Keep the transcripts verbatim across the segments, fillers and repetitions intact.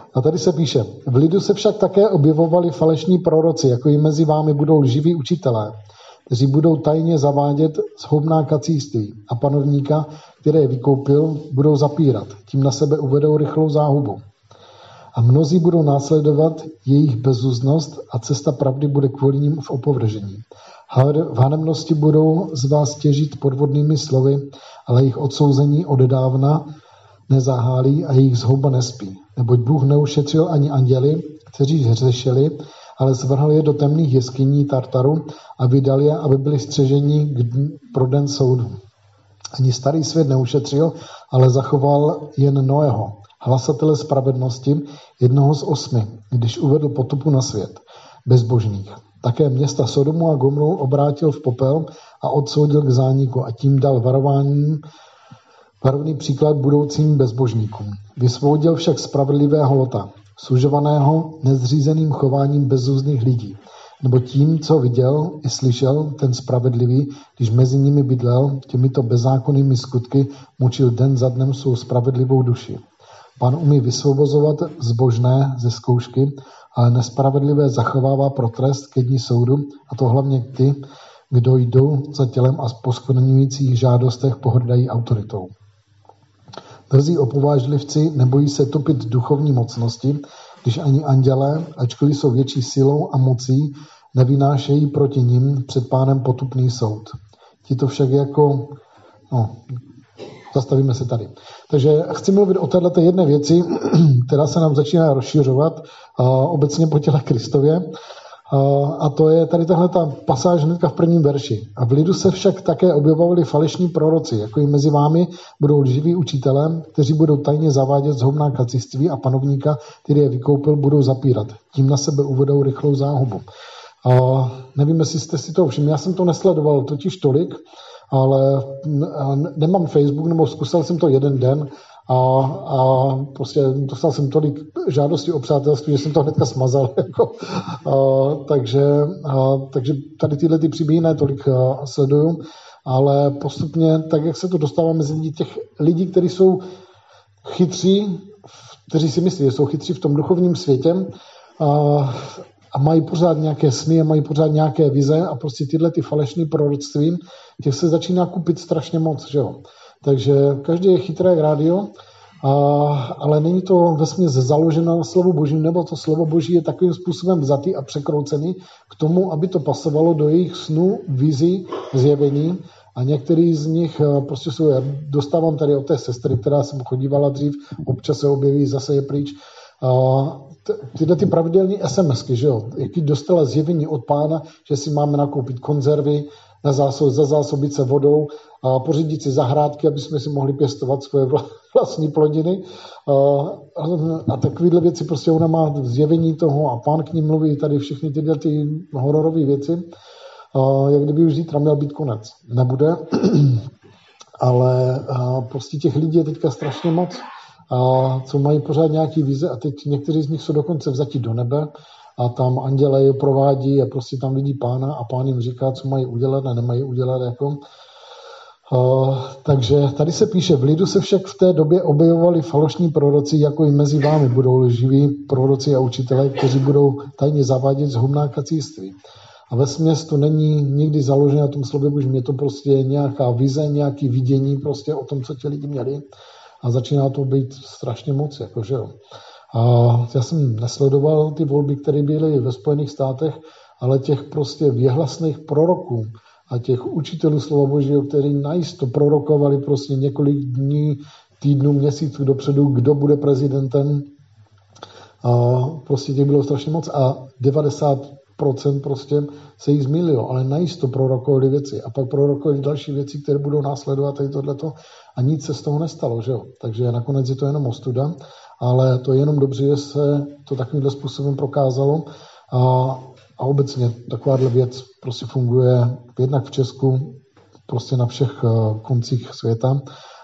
A tady se píše, v lidu se však také objevovali falešní proroci, jako i mezi vámi budou lživí učitelé, kteří budou tajně zavádět zhoubná kacíství a panovníka, které je vykoupil, budou zapírat. Tím na sebe uvedou rychlou záhubu. A mnozí budou následovat jejich bezúznost a cesta pravdy bude kvůli nim v opovržení. V hanebnosti budou z vás těžit podvodnými slovy, ale jejich odsouzení odedávna nezahálí a jejich zhouba nespí. Neboť Bůh neušetřil ani anděli, kteří hřešili, ale zvrhl je do temných jeskyní Tartaru a vydal je, aby byli střeženi pro den soudu. Ani starý svět neušetřil, ale zachoval jen Noého, hlasatele spravedlnosti, jednoho z osmi, když uvedl potupu na svět, bezbožných. Také města Sodomu a Gomru obrátil v popel a odsoudil k zániku a tím dal varování, varovný příklad budoucím bezbožníkům. Vysvobodil však spravedlivého Lota, sužovaného nezřízeným chováním bezúzných lidí, nebo tím, co viděl i slyšel ten spravedlivý, když mezi nimi bydlel, těmito bezzákonnými skutky mučil den za dnem svou spravedlivou duši. Pán umí vysvobozovat zbožné ze zkoušky, ale nespravedlivé zachovává pro trest ke dni soudu, a to hlavně ty, kdo jdou za tělem a po skvrňujících žádostech pohrdají autoritou. Drzí opovážlivci nebojí se topit duchovní mocnosti, když ani andělé, ačkoliv jsou větší silou a mocí, nevynášejí proti nim před pánem potupný soud. Tito však jako... No, zastavíme se tady. Takže chci mluvit o této jedné věci, která se nám začíná rozšiřovat uh, obecně po těle Kristově. Uh, a to je tady tahle ta pasáž hnedka v prvním verši. A v lidu se však také objevovali falešní proroci, jako i mezi vámi budou lživí učitelé, kteří budou tajně zavádět zhoubná kaciství a panovníka, který je vykoupil, budou zapírat. Tím na sebe uvedou rychlou záhubu. Uh, nevím, jestli jste si to všimli, já jsem to nesledoval totiž tolik, ale nemám Facebook, nebo zkusil jsem to jeden den a, a prostě dostal jsem tolik žádostí o přátelství, že jsem to hnedka smazal. Jako, a, takže, a, takže tady tyhle ty příběhy ne tolik a, sleduju, ale postupně, tak jak se to dostává mezi lidi, těch lidí, kteří jsou chytří, kteří si myslí, že jsou chytří v tom duchovním světě, a, a mají pořád nějaké sny a mají pořád nějaké vize a prostě tyhle ty falešné proroctví, těch se začíná kupit strašně moc, že jo. Takže každý je chytré jak rádio, a, ale není to vesměs založeno na slovu božím, nebo to slovo boží je takovým způsobem vzatý a překroucený k tomu, aby to pasovalo do jejich snů, vizí, zjevení. A některý z nich prostě jsou, já dostávám tady od té sestry, která jsem chodívala dřív, občas se objeví, zase je pryč. A tyhle ty pravidelné SMSky, že jo, jaký dostala zjevení od pána, že si máme nakoupit konzervy, na zásob, zazásobit se vodou a pořídit si zahrádky, aby jsme si mohli pěstovat svoje vlastní plodiny. A, a, a takovéhle věci prostě ona má zjevení toho a pán k ní mluví tady všechny tyhle ty hororové věci. A jak kdyby už zítra měl být konec. Nebude, ale prostě těch lidí je teďka strašně moc, a co mají pořád nějaký vize a teď někteří z nich jsou dokonce vzati do nebe a tam anděle je provádí a prostě tam vidí pána a pán jim říká, co mají udělat a nemají udělat. Jako. Uh, takže tady se píše, v lidu se však v té době objevovali falešní proroci, jako i mezi vámi budou lživí proroci a učitelé, kteří budou tajně zavádět zhoubná kacíství. A vesměs to není nikdy založené na tom slově božím, je to prostě nějaká vize, nějaké vidění prostě o tom, co ti lidi měli. A začíná to být strašně moc, jakože jo. A já jsem nesledoval ty volby, které byly ve Spojených státech, ale těch prostě věhlasných proroků a těch učitelů slova božího, kteří najisto prorokovali prostě několik dní, týdnů, měsíců dopředu, kdo bude prezidentem. A prostě těch bylo strašně moc a devadesát procent prostě se jich zmýlilo, ale najisto prorokovali věci a pak prorokovali další věci, které budou následovat tady tohleto a nic se z toho nestalo, že jo. Takže nakonec je to jenom ostuda, ale to je jenom dobře, že se to takovýmhle způsobem prokázalo a, a obecně takováhle věc prostě funguje jednak v Česku, prostě na všech koncích světa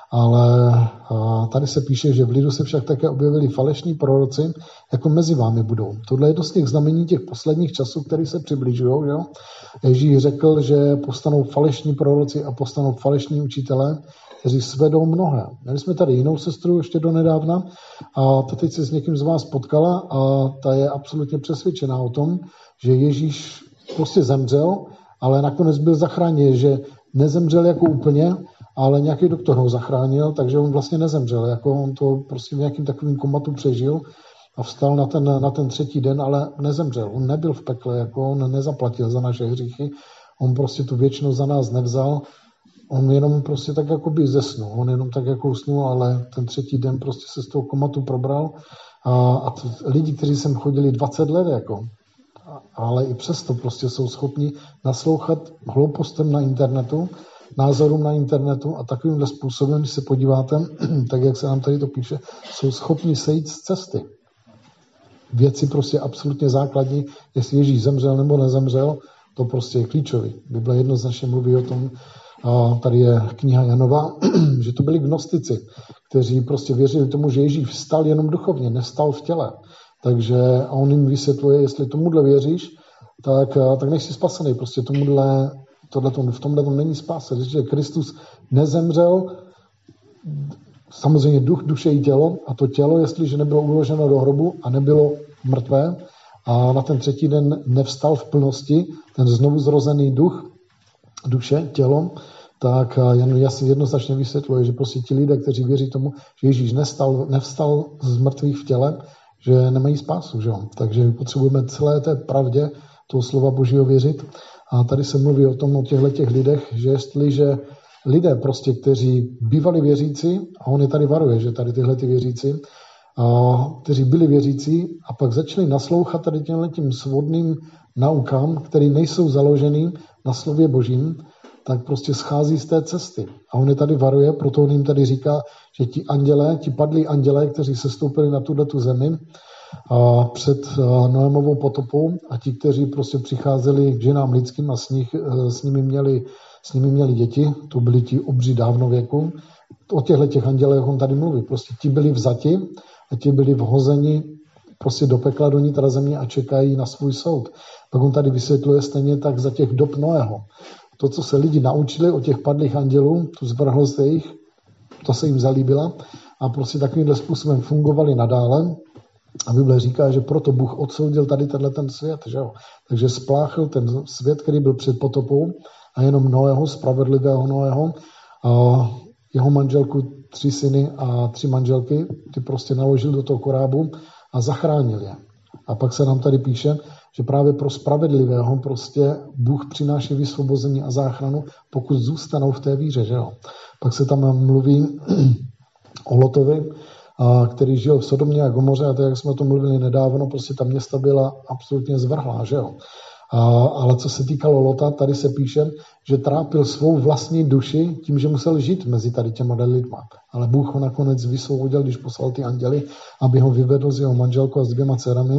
Ale tady se píše, že v lidu se však také objevili falešní proroci, jako mezi vámi budou. Tohle je jedno z těch znamení těch posledních časů, které se přibližují. Jo? Ježíš řekl, že postanou falešní proroci a postanou falešní učitelé, kteří svedou mnohé. Měli jsme tady jinou sestru ještě donedávna a ta teď se s někým z vás potkala a ta je absolutně přesvědčená o tom, že Ježíš prostě zemřel, ale nakonec byl zachráněn, že nezemřel jako úplně, ale nějaký doktor ho zachránil, takže on vlastně nezemřel. Jako on to prostě v nějakým takovým komatu přežil a vstal na ten, na ten třetí den, ale nezemřel. On nebyl v pekle, jako on nezaplatil za naše hříchy, on prostě tu věčnost za nás nevzal, on jenom prostě tak jako by zesnul, on jenom tak jako usnul, ale ten třetí den prostě se z toho komatu probral a, a to, lidi, kteří sem chodili dvacet let, jako, ale i přesto prostě jsou schopni naslouchat hloupostem na internetu, názorům na internetu a takovýmhle způsobem, když se podíváte, tak jak se nám tady to píše, jsou schopni sejít z cesty. Věci prostě absolutně základní, jestli Ježíš zemřel nebo nezemřel, to prostě je klíčový. Bible jednoznačně mluví o tom, a tady je kniha Janova, že to byli gnostici, kteří prostě věřili tomu, že Ježíš vstal jenom duchovně, nevstal v těle. Takže on jim vysvětluje, jestli tomuhle věříš, tak, tak nejsi spasený. Prostě tomuhle, tohletom, v tomhle tom není spása. Že Kristus nezemřel, samozřejmě duch, duše i tělo, a to tělo, jestliže nebylo uloženo do hrobu a nebylo mrtvé a na ten třetí den nevstal v plnosti, ten znovu zrozený duch, duše, tělo, tak jen jasně jednoznačně vysvětluje, že prostě ti lidé, kteří věří tomu, že Ježíš nestal, nevstal z mrtvých v těle, že nemají spásu. Že? Takže potřebujeme celé té pravdě toho slova Božího věřit. A tady se mluví o tom, o těchto těch lidech, že jestliže lidé prostě, kteří bývali věřící, a on je tady varuje, že tady tyhle ty věřící, a kteří byli věřící a pak začali naslouchat tady těmhletím svodným naukám, které nejsou založený na slově Božím, tak prostě schází z té cesty. A on je tady varuje, proto on jim tady říká, že ti andělé, ti padlí andělé, kteří sestoupili na tuto zemi a před Noémovou potopou a ti, kteří prostě přicházeli k ženám lidským a s, nich, s, nimi měli, s nimi měli děti, to byli ti obři dávnověku, o těchto těch andělech on tady mluví. Prostě ti byli vzati a ti byli vhozeni prostě do pekla, do nitra země a čekají na svůj soud. Pak on tady vysvětluje stejně tak za těch dob Noého. To, co se lidi naučili o těch padlých andělů, tu zvrhlost jejich, to se jim zalíbila a prostě takovýmhle způsobem fungovali nadále. A Bible říká, že proto Bůh odsoudil tady tenhle ten svět. Že jo? Takže spláchl ten svět, který byl před potopou a jenom Noého, spravedlivého Noého, a jeho manželku, tři syny a tři manželky, ty prostě naložil do toho korábu a zachránil je. A pak se nám tady píše, že právě pro spravedlivého prostě Bůh přináší vysvobození a záchranu, pokud zůstanou v té víře. Že jo? Pak se tam mluví o Lotovi, a který žil v Sodomě a Gomoře, a tak, jak jsme o tom mluvili nedávno, prostě ta města byla absolutně zvrhlá. Že jo? A, ale co se týkalo Lota, tady se píše, že trápil svou vlastní duši tím, že musel žít mezi tady těma lidma. Ale Bůh ho nakonec vysvobodil, když poslal ty anděly, aby ho vyvedl z jeho manželkou a s dvěma dcerami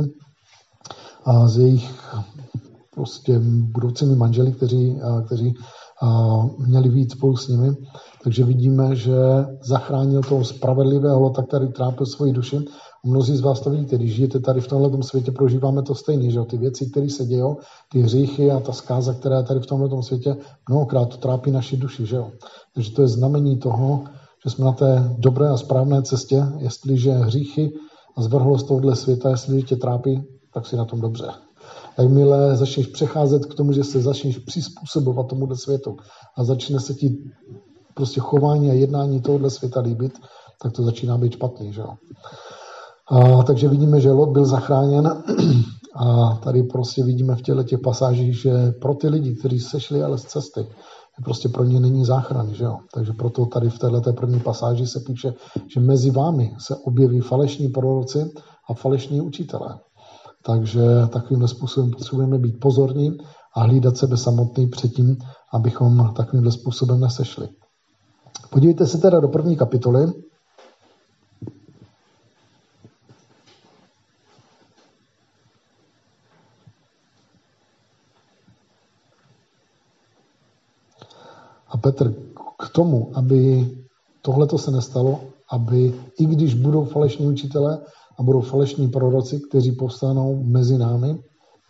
a z jejich prostě budoucími manželi, kteří, a, kteří a, měli víc spolu s nimi. Takže vidíme, že zachránil toho spravedlivého Lota, který trápil svoji duši. Mnozí z vás to vidíte, když žijete tady v tomhle světě, prožíváme to stejně, že ty věci, které se dějou, ty hříchy a ta zkáza, která je tady v tomhle světě, mnohokrát to trápí naši duši. Že jo? Takže to je znamení toho, že jsme na té dobré a správné cestě, jestliže hříchy a zvrhlost tohohle světa, jestli tě trápí, tak si na tom dobře. Jakmile začneš přecházet k tomu, že se začneš přizpůsobovat tomuhle světu a začne se ti prostě chování a jednání tohohle světa líbit, tak to začíná být špatný. Že jo? A, takže vidíme, že Lot byl zachráněn a tady prostě vidíme v těchto těch pasážích, že pro ty lidi, kteří sešli ale z cesty, prostě pro ně není záchrany. Že jo? Takže proto tady v této první pasáži se píše, že mezi vámi se objeví falešní proroci a falešní učitelé. Takže takovýmhle způsobem potřebujeme být pozorní a hlídat sebe samotný předtím, abychom takovýmhle způsobem nesešli. Podívejte se teda do první kapitoly. A Petr k tomu, aby tohle to se nestalo, aby i když budou falešní učitelé a budou falešní proroci, kteří povstanou mezi námi,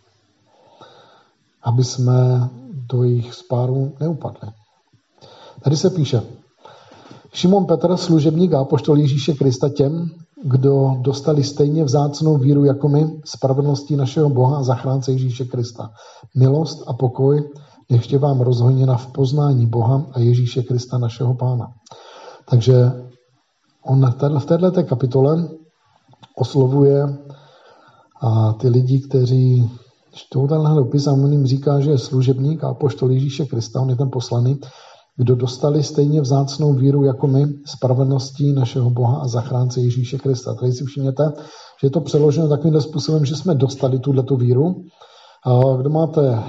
aby jsme do jejich spáru neupadli. Tady se píše, Šimon Petr, služebník a apoštol Ježíše Krista těm, kdo dostali stejně vzácnou víru jako my, spravedlností našeho Boha a zachránce Ježíše Krista. Milost a pokoj ještě vám rozhojněna v poznání Boha a Ježíše Krista našeho Pána. Takže on v této kapitole oslovuje a ty lidi, kteří čtou tenhle dopis a on jim říká, že je služebník a apoštol Ježíše Krista, on je ten poslaný, kdo dostali stejně vzácnou víru jako my, spravedlností našeho Boha a zachránce Ježíše Krista. Tady si všimněte, že je to přeloženo takovým způsobem, že jsme dostali tuhletu víru. Kdo máte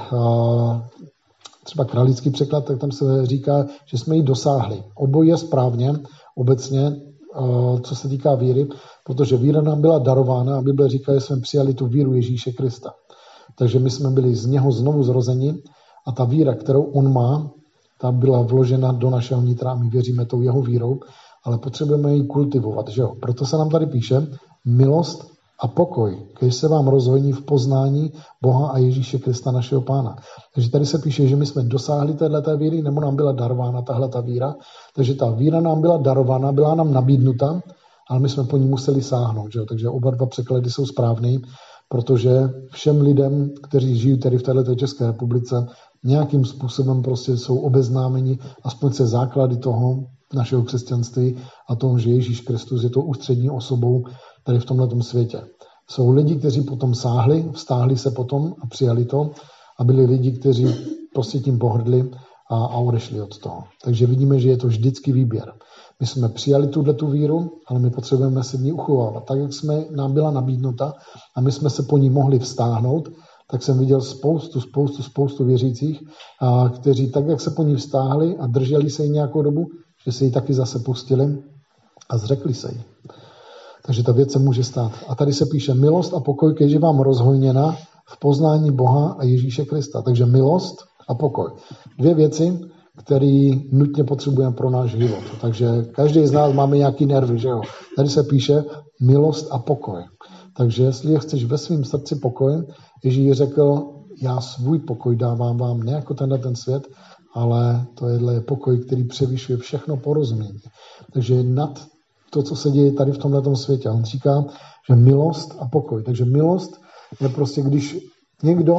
třeba králický překlad, tak tam se říká, že jsme ji dosáhli. Obojí je správně, obecně, co se týká víry, protože víra nám byla darována a Bible říká, že jsme přijali tu víru Ježíše Krista. Takže my jsme byli z něho znovu zrozeni a ta víra, kterou on má, ta byla vložena do našeho nitra a my věříme tou jeho vírou, ale potřebujeme ji kultivovat. Že jo? Proto se nám tady píše milost a pokoj, když se vám rozhojní v poznání Boha a Ježíše Krista našeho Pána. Takže tady se píše, že my jsme dosáhli téhleté víry, nebo nám byla darována tahleta víra. Takže ta víra nám byla darována, byla nám nabídnuta, ale my jsme po ní museli sáhnout. Že jo? Takže oba dva překlady jsou správný, protože všem lidem, kteří žijí tady v této České republice, nějakým způsobem prostě jsou obeznámeni aspoň se základy toho našeho křesťanství a toho, že Ježíš Kristus je tou ústřední osobou tady v tomhletom světě. Jsou lidi, kteří potom sáhli, vstáhli se potom a přijali to a byli lidi, kteří prostě tím pohrdli a, a odešli od toho. Takže vidíme, že je to vždycky výběr. My jsme přijali tuhletu víru, ale my potřebujeme se v ní uchovávat. Tak, jak jsme, nám byla nabídnuta a my jsme se po ní mohli vztáhnout, tak jsem viděl spoustu, spoustu, spoustu věřících, a kteří tak, jak se po ní vztáhli a drželi se jí nějakou dobu, že se jí taky zase pustili a zřekli se jí. Takže ta věc se může stát. A tady se píše milost a pokoj, když je vám rozhojněna v poznání Boha a Ježíše Krista. Takže milost a pokoj. Dvě věci, které nutně potřebujeme pro náš život. Takže každý z nás máme nějaký nervy, že jo? Tady se píše milost a pokoj. Takže jestli chceš ve svém srdci pokoj, Ježíš řekl, já svůj pokoj dávám vám, ne jako tenhle ten svět, ale to je pokoj, který převyšuje všechno porozumění. Takže nad to, co se děje tady v tomhletom světě. On říká, že milost a pokoj. Takže milost je prostě, když někdo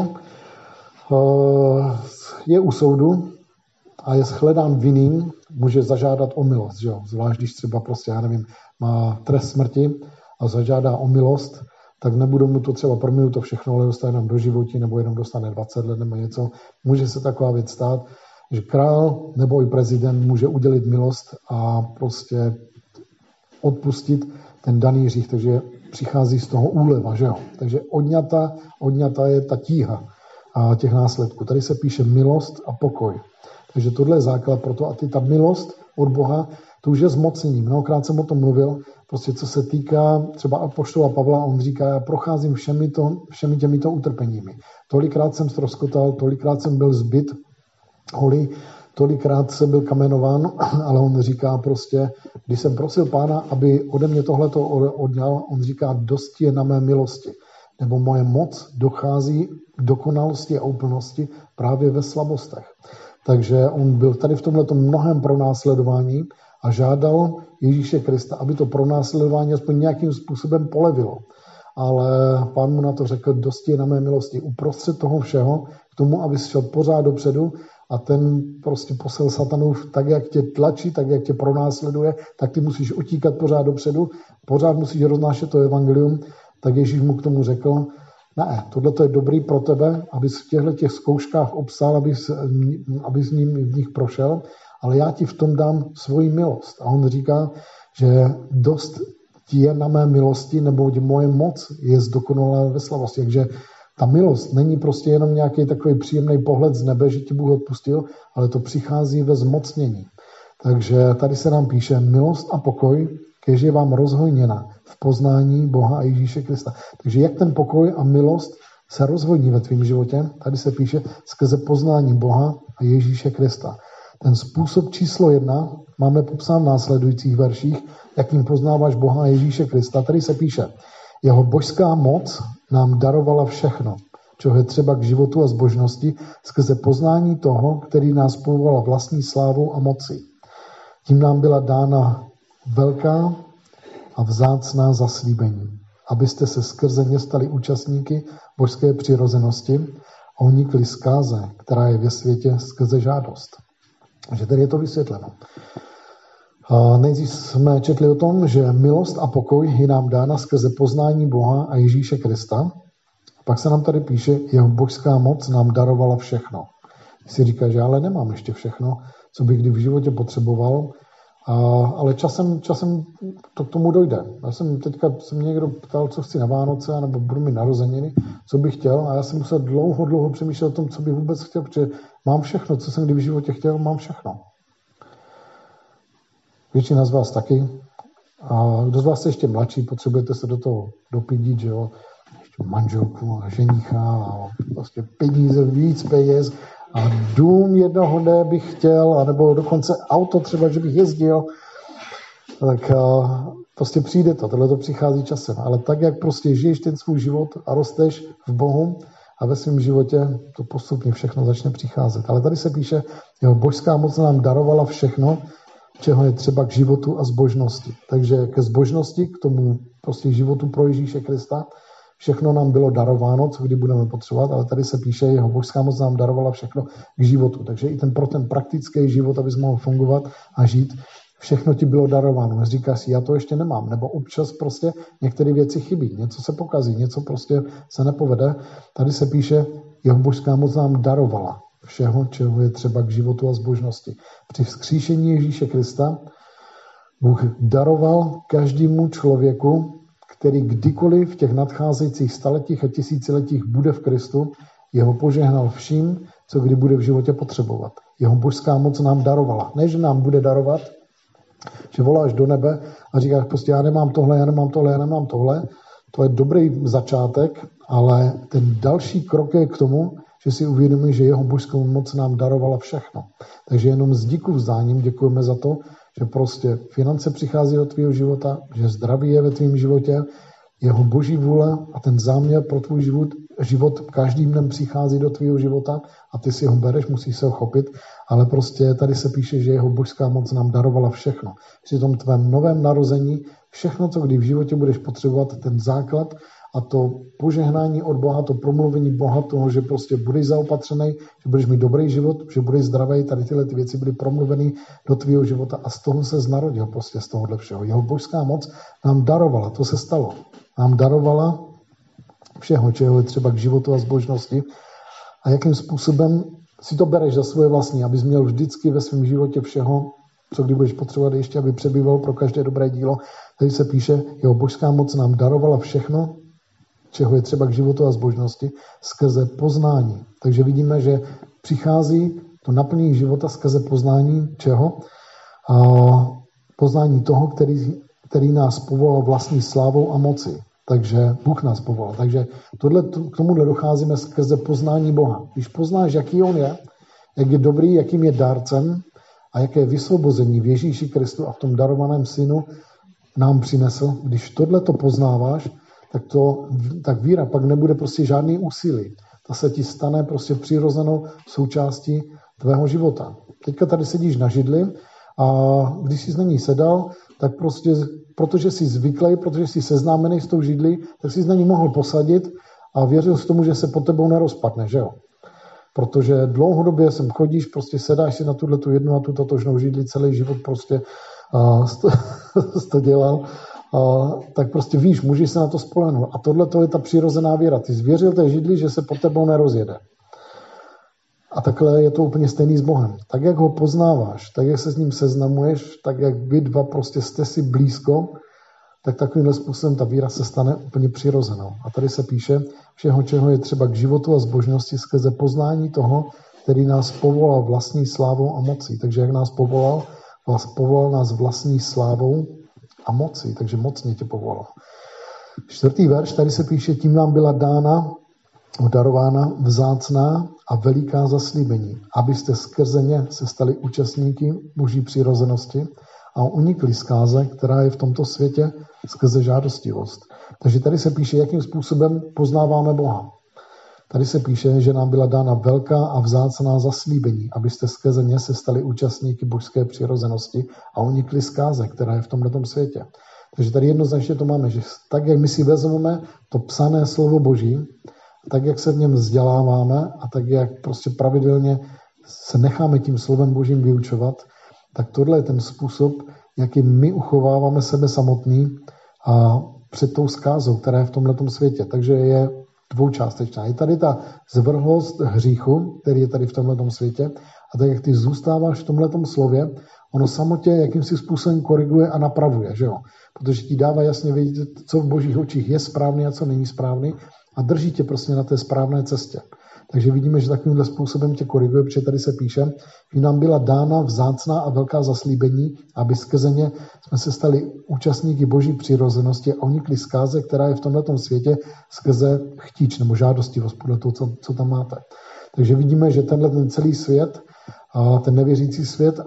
uh, je u soudu a je shledán vinným, může zažádat o milost. Že jo? Zvlášť, když třeba prostě, já nevím, má trest smrti a zažádá o milost, tak nebudu mu to třeba prominuto to všechno, ale dostane jenom do životí, nebo jenom dostane dvacet let nebo něco. Může se taková věc stát, že král nebo i prezident může udělit milost a prostě odpustit ten daný hřích, takže přichází z toho úleva, že jo. Takže odňata, odňata je ta tíha a těch následků. Tady se píše milost a pokoj. Takže tohle je základ pro to a ty ta milost od Boha, to už je zmocnění. Mnohokrát jsem o tom mluvil, prostě co se týká třeba apoštola Pavla, on říká, já procházím všemi, to, všemi těmito utrpeními. Tolikrát jsem ztroskotal, tolikrát jsem byl zbyt holý, tolikrát jsem byl kamenován, ale on říká prostě, když jsem prosil Pána, aby ode mě tohleto odňal, on říká, dosti je na mé milosti. Nebo moje moc dochází k dokonalosti a úplnosti právě ve slabostech. Takže on byl tady v tomhletom mnohem pronásledování a žádal Ježíše Krista, aby to pronásledování aspoň nějakým způsobem polevilo. Ale Pán mu na to řekl, dosti je na mé milosti. Uprostřed toho všeho, k tomu, aby šel pořád dopředu a ten prostě posel satanův tak, jak tě tlačí, tak, jak tě pronásleduje, tak ty musíš utíkat pořád dopředu, pořád musíš roznášet to evangelium, tak Ježíš mu k tomu řekl, ne, tohle je dobrý pro tebe, abys v těchto těch zkouškách obsál, abys, abys ním v nich prošel, ale já ti v tom dám svoji milost. A on říká, že dost ti je na mé milosti, nebo moje moc je zdokonalá ve slavosti. Takže ta milost není prostě jenom nějaký takový příjemný pohled z nebe, že ti Bůh odpustil, ale to přichází ve zmocnění. Takže tady se nám píše milost a pokoj, kež je vám rozhojněna v poznání Boha a Ježíše Krista. Takže jak ten pokoj a milost se rozhojní ve tvém životě, tady se píše skrze poznání Boha a Ježíše Krista. Ten způsob číslo jedna máme popsán v následujících verších, jakým poznáváš Boha Ježíše Krista. Tady se píše, jeho božská moc nám darovala všechno, čeho je třeba k životu a zbožnosti, skrze poznání toho, který nás povolal vlastní slávou a mocí. Tím nám byla dána velká a vzácná zaslíbení, abyste se skrze ně stali účastníky božské přirozenosti a unikli zkáze, která je ve světě skrze žádost. Takže tady je to vysvětleno. A nejdřív jsme četli o tom, že milost a pokoj je nám dána skrze poznání Boha a Ježíše Krista. Pak se nám tady píše, jeho božská moc nám darovala všechno. Si říká, že ale nemám ještě všechno, co bych kdy v životě potřeboval, a, ale časem, časem to k tomu dojde. Já jsem teďka se mě někdo ptal, co chci na Vánoce, nebo budu mít narozeniny, co bych chtěl, a já jsem musel dlouho, dlouho přemýšlet o tom, co bych vůbec chtěl, protože mám všechno, co jsem kdy v životě chtěl, mám všechno. Většina z vás taky. A kdo z vás je ještě mladší, potřebujete se do toho dopidit, že jo, ještě manželku a ženicha a prostě peníze, víc peněz a dům jednoho dne bych chtěl, anebo dokonce auto třeba, že bych jezdil, tak prostě přijde to, tohle to přichází časem. Ale tak, jak prostě žiješ ten svůj život a rosteš v Bohu a ve svém životě, to postupně všechno začne přicházet. Ale tady se píše, jeho božská moc nám darovala všechno, čeho je třeba k životu a zbožnosti. Takže ke zbožnosti, k tomu prostě životu pro Ježíše Krista, všechno nám bylo darováno, co kdy budeme potřebovat, ale tady se píše, jeho božská moc nám darovala všechno k životu. Takže i ten pro ten praktický život, abys mohl fungovat a žít, všechno ti bylo darováno. Říkáš si, já to ještě nemám, nebo občas prostě některé věci chybí, něco se pokazí, něco prostě se nepovede. Tady se píše, jeho božská moc nám darovala všeho, čeho je třeba k životu a zbožnosti. Při vzkříšení Ježíše Krista Bůh daroval každému člověku, který kdykoliv v těch nadcházejících staletích a tisíciletích bude v Kristu, jeho požehnal vším, co kdy bude v životě potřebovat. Jeho božská moc nám darovala. Ne, že nám bude darovat, že voláš do nebe a říkáš prostě já nemám tohle, já nemám tohle, já nemám tohle. To je dobrý začátek, ale ten další krok je k tomu, že si uvědomí, že jeho božskou moc nám darovala všechno. Takže jenom s díku vzdáním děkujeme za to, že prostě finance přichází do tvého života, že zdraví je ve tvém životě, jeho boží vůle a ten záměr pro tvůj život, život každým dnem přichází do tvého života a ty si ho bereš, musíš se ho chopit, ale prostě tady se píše, že jeho božská moc nám darovala všechno. Při tom tvém novém narození všechno, co kdy v životě budeš potřebovat, ten základ a to požehnání od Boha, to promluvení Boha, toho, že prostě budeš zaopatřený, že budeš mít dobrý život, že budeš zdravý, tady tyhle ty věci byly promluveny do tvého života a z toho se narodil prostě z tohohle všeho. Jeho božská moc nám darovala, to se stalo. Nám darovala všeho, čeho je třeba k životu a zbožnosti a jakým způsobem si to bereš za svoje vlastní, abys měl vždycky ve svém životě všeho, co kdy budeš potřebovat ještě, aby přebýval pro každé dobré dílo. Tady se píše, jeho božská moc nám darovala všechno, čeho je třeba k životu a zbožnosti, skrze poznání. Takže vidíme, že přichází to naplnění života skrze poznání čeho? A poznání toho, který, který nás povolal vlastní slávou a moci. Takže Bůh nás povolal. Takže tohle, k tomuhle docházíme skrze poznání Boha. Když poznáš, jaký on je, jak je dobrý, jakým je dárcem a jaké vysvobození v Ježíši Kristu a v tom darovaném synu nám přinesl, když tohle to poznáváš, tak, to, tak víra pak nebude prostě žádný úsilí. Ta se ti stane prostě přirozenou součástí tvého života. Teďka tady sedíš na židli a když jsi na ní sedal, tak prostě, protože jsi zvyklý, protože jsi seznámený s tou židlí, tak jsi na ní mohl posadit a věřil jsi tomu, že se pod tebou nerozpadne, že jo? Protože dlouhodobě sem chodíš, prostě sedáš si na tuhle tu jednu a tu totožnou židli, celý život prostě uh, to dělal. Uh, tak prostě víš, můžeš se na to spolehnout. A tohle to je ta přirozená víra. Ty zvěřil té židli, že se pod tebou nerozjede. A takhle je to úplně stejný s Bohem. Tak, jak ho poznáváš, tak, jak se s ním seznamuješ, tak, jak vy dva prostě jste si blízko, tak takovýmhle způsobem ta víra se stane úplně přirozenou. A tady se píše, všeho, čeho je třeba k životu a zbožnosti skrze poznání toho, který nás povolal vlastní slávou a mocí. Takže jak nás povolal, vás povolal nás vlastní slávou a moci, takže mocně tě povolal. Čtvrtý verš, tady se píše, tím nám byla dána darována vzácná a veliká zaslíbení, abyste skrze ně se stali účastníky boží přirozenosti a unikli zkáze, která je v tomto světě skrze žádostivost. Takže tady se píše, jakým způsobem poznáváme Boha. Tady se píše, že nám byla dána velká a vzácná zaslíbení, abyste skrze ně se stali účastníky božské přirozenosti a unikli zkáze, která je v tomto světě. Takže tady jednoznačně to máme, že tak, jak my si vezmeme to psané slovo Boží, tak, jak se v něm vzděláváme a tak, jak prostě pravidelně se necháme tím slovem Božím vyučovat, tak tohle je ten způsob, jakým my uchováváme sebe samotný a před tou zkázou, která je v tomhletom světě. Takže je dvoučástečná. Je tady ta zvrhlost hříchu, který je tady v tomhletom světě, a tak, jak ty zůstáváš v tomhletom slově, ono samotě jakýmsi způsobem koriguje a napravuje, že jo? Protože ti dává jasně vědět, co v božích očích je správný a co není správný a drží tě prostě na té správné cestě. Takže vidíme, že takovýmhle způsobem tě koriguje, protože tady se píše, že nám byla dána vzácná a velká zaslíbení, aby skrze ně jsme se stali účastníky boží přirozenosti a unikli zkáze, která je v tomhletom světě skrze chtíč nebo žádostivost, podle toho, co, co tam máte. Takže vidíme, že tenhle ten celý svět, a ten nevěřící svět,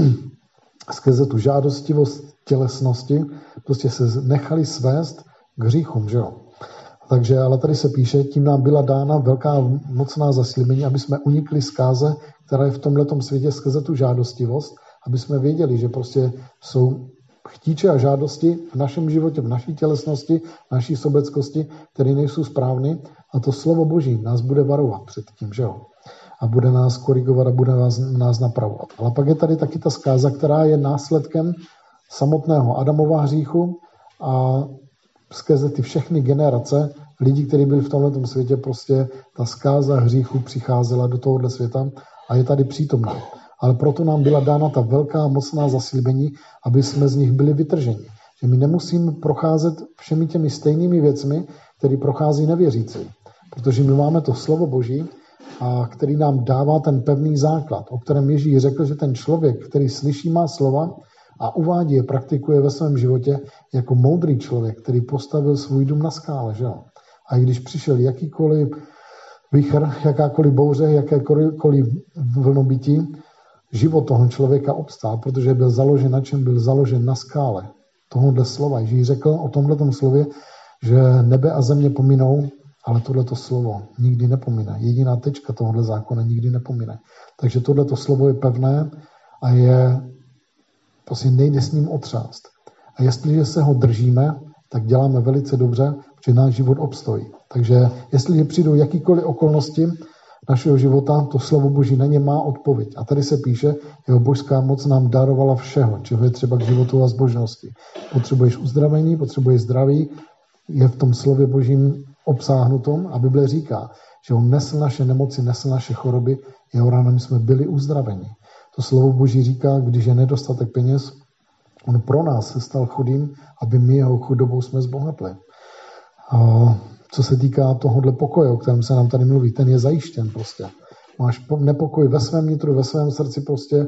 skrze tu žádostivost tělesnosti, prostě se nechali svést k hříchům, že jo. Takže, ale tady se píše, tím nám byla dána velká mocná zaslíbení, aby jsme unikli zkáze, která je v tomhletom světě skrze tu žádostivost, aby jsme věděli, že prostě jsou chtíče a žádosti v našem životě, v naší tělesnosti, v naší sobeckosti, které nejsou správné, a to slovo Boží nás bude varovat před tím, že jo. A bude nás korigovat a bude nás, nás napravovat. Ale pak je tady taky ta zkáza, která je následkem samotného Adamova hříchu a skrze ty všechny generace lidí, kteří byli v tomhletom světě, prostě ta zkáza hříchu přicházela do tohohle světa a je tady přítomná. Ale proto nám byla dána ta velká mocná zaslíbení, aby jsme z nich byli vytrženi. Že my nemusíme procházet všemi těmi stejnými věcmi, které prochází nevěřící. Protože my máme to slovo Boží, a který nám dává ten pevný základ, o kterém Ježíš řekl, že ten člověk, který slyší má slova a uvádí je, praktikuje ve svém životě jako moudrý člověk, který postavil svůj dům na skále. Že? A i když přišel jakýkoliv vichr, jakákoliv bouře, jakékoliv vlnobytí, život toho člověka obstál, protože byl založen na čem? Byl založen na skále. Tohohle slova. Ježíš řekl o tomhletom slově, že nebe a země pominou, ale tohleto slovo nikdy nepomine. Jediná tečka tohohle zákona nikdy nepomine. Takže tohleto slovo je pevné a je, prostě nejde s ním otřást. A jestliže se ho držíme, tak děláme velice dobře, protože náš život obstojí. Takže jestliže přijdou jakýkoliv okolnosti našeho života, to slovo Boží na ně má odpověď. A tady se píše, jeho božská moc nám darovala všeho, čeho je třeba k životu a zbožnosti. Potřebuješ uzdravení, potřebuješ zdraví, je v tom slově Božím obsáhnutom a Bible říká, že on nesl naše nemoci, nesl naše choroby, jeho ranami jsme byli uzdraveni. To slovo Boží říká, když je nedostatek peněz, on pro nás se stal chudým, aby my jeho chudobou jsme zbohatli. A co se týká tohohle pokoje, o kterém se nám tady mluví, ten je zajištěn prostě. Máš nepokoj ve svém nitru, ve svém srdci prostě.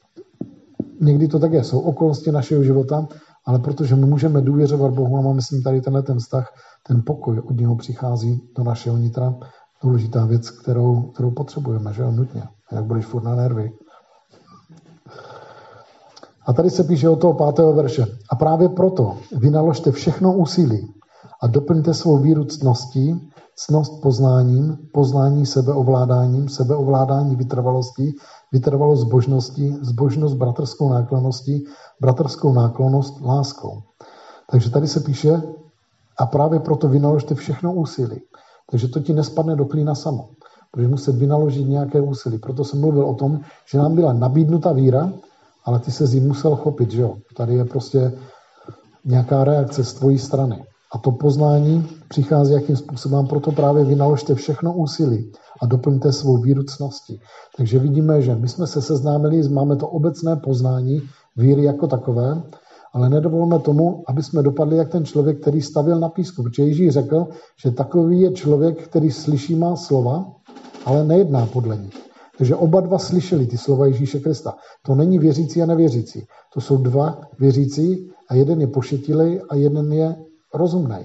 Někdy to tak je, jsou okolnosti našeho života, ale protože my můžeme důvěřovat Bohu a máme s ním tady tenhle ten vztah, ten pokoj od něho přichází do našeho nitra. Důležitá věc, kterou, kterou potřebujeme, že jo, nutně. Jak budeš furt na nervy. A tady se píše od toho pátého verše. A právě proto vynaložte všechno úsilí a doplňte svou víru ctností, ctnost poznáním, poznání sebeovládáním, sebeovládání vytrvalostí, vytrvalost zbožností, zbožnost bratrskou náklonností, bratrskou náklonnost láskou. Takže tady se píše, a právě proto vynaložte všechno úsilí. Takže to ti nespadne do klína samo. Budeš muset vynaložit nějaké úsilí. Proto jsem mluvil o tom, že nám byla nabídnuta víra, ale ty se z ní musel chopit, že jo. Tady je prostě nějaká reakce z tvojí strany. A to poznání přichází jakým způsobem, proto právě vynaložte všechno úsilí a doplňte svou víru ctností. Takže vidíme, že my jsme se seznámili, máme to obecné poznání víry jako takové, ale nedovolme tomu, aby jsme dopadli jak ten člověk, který stavěl na písku. Protože Ježíš řekl, že takový je člověk, který slyší má slova, ale nejedná podle nich. Takže oba dva slyšeli ty slova Ježíše Krista. To není věřící a nevěřící. To jsou dva věřící a jeden je pošetilej a jeden je rozumnej.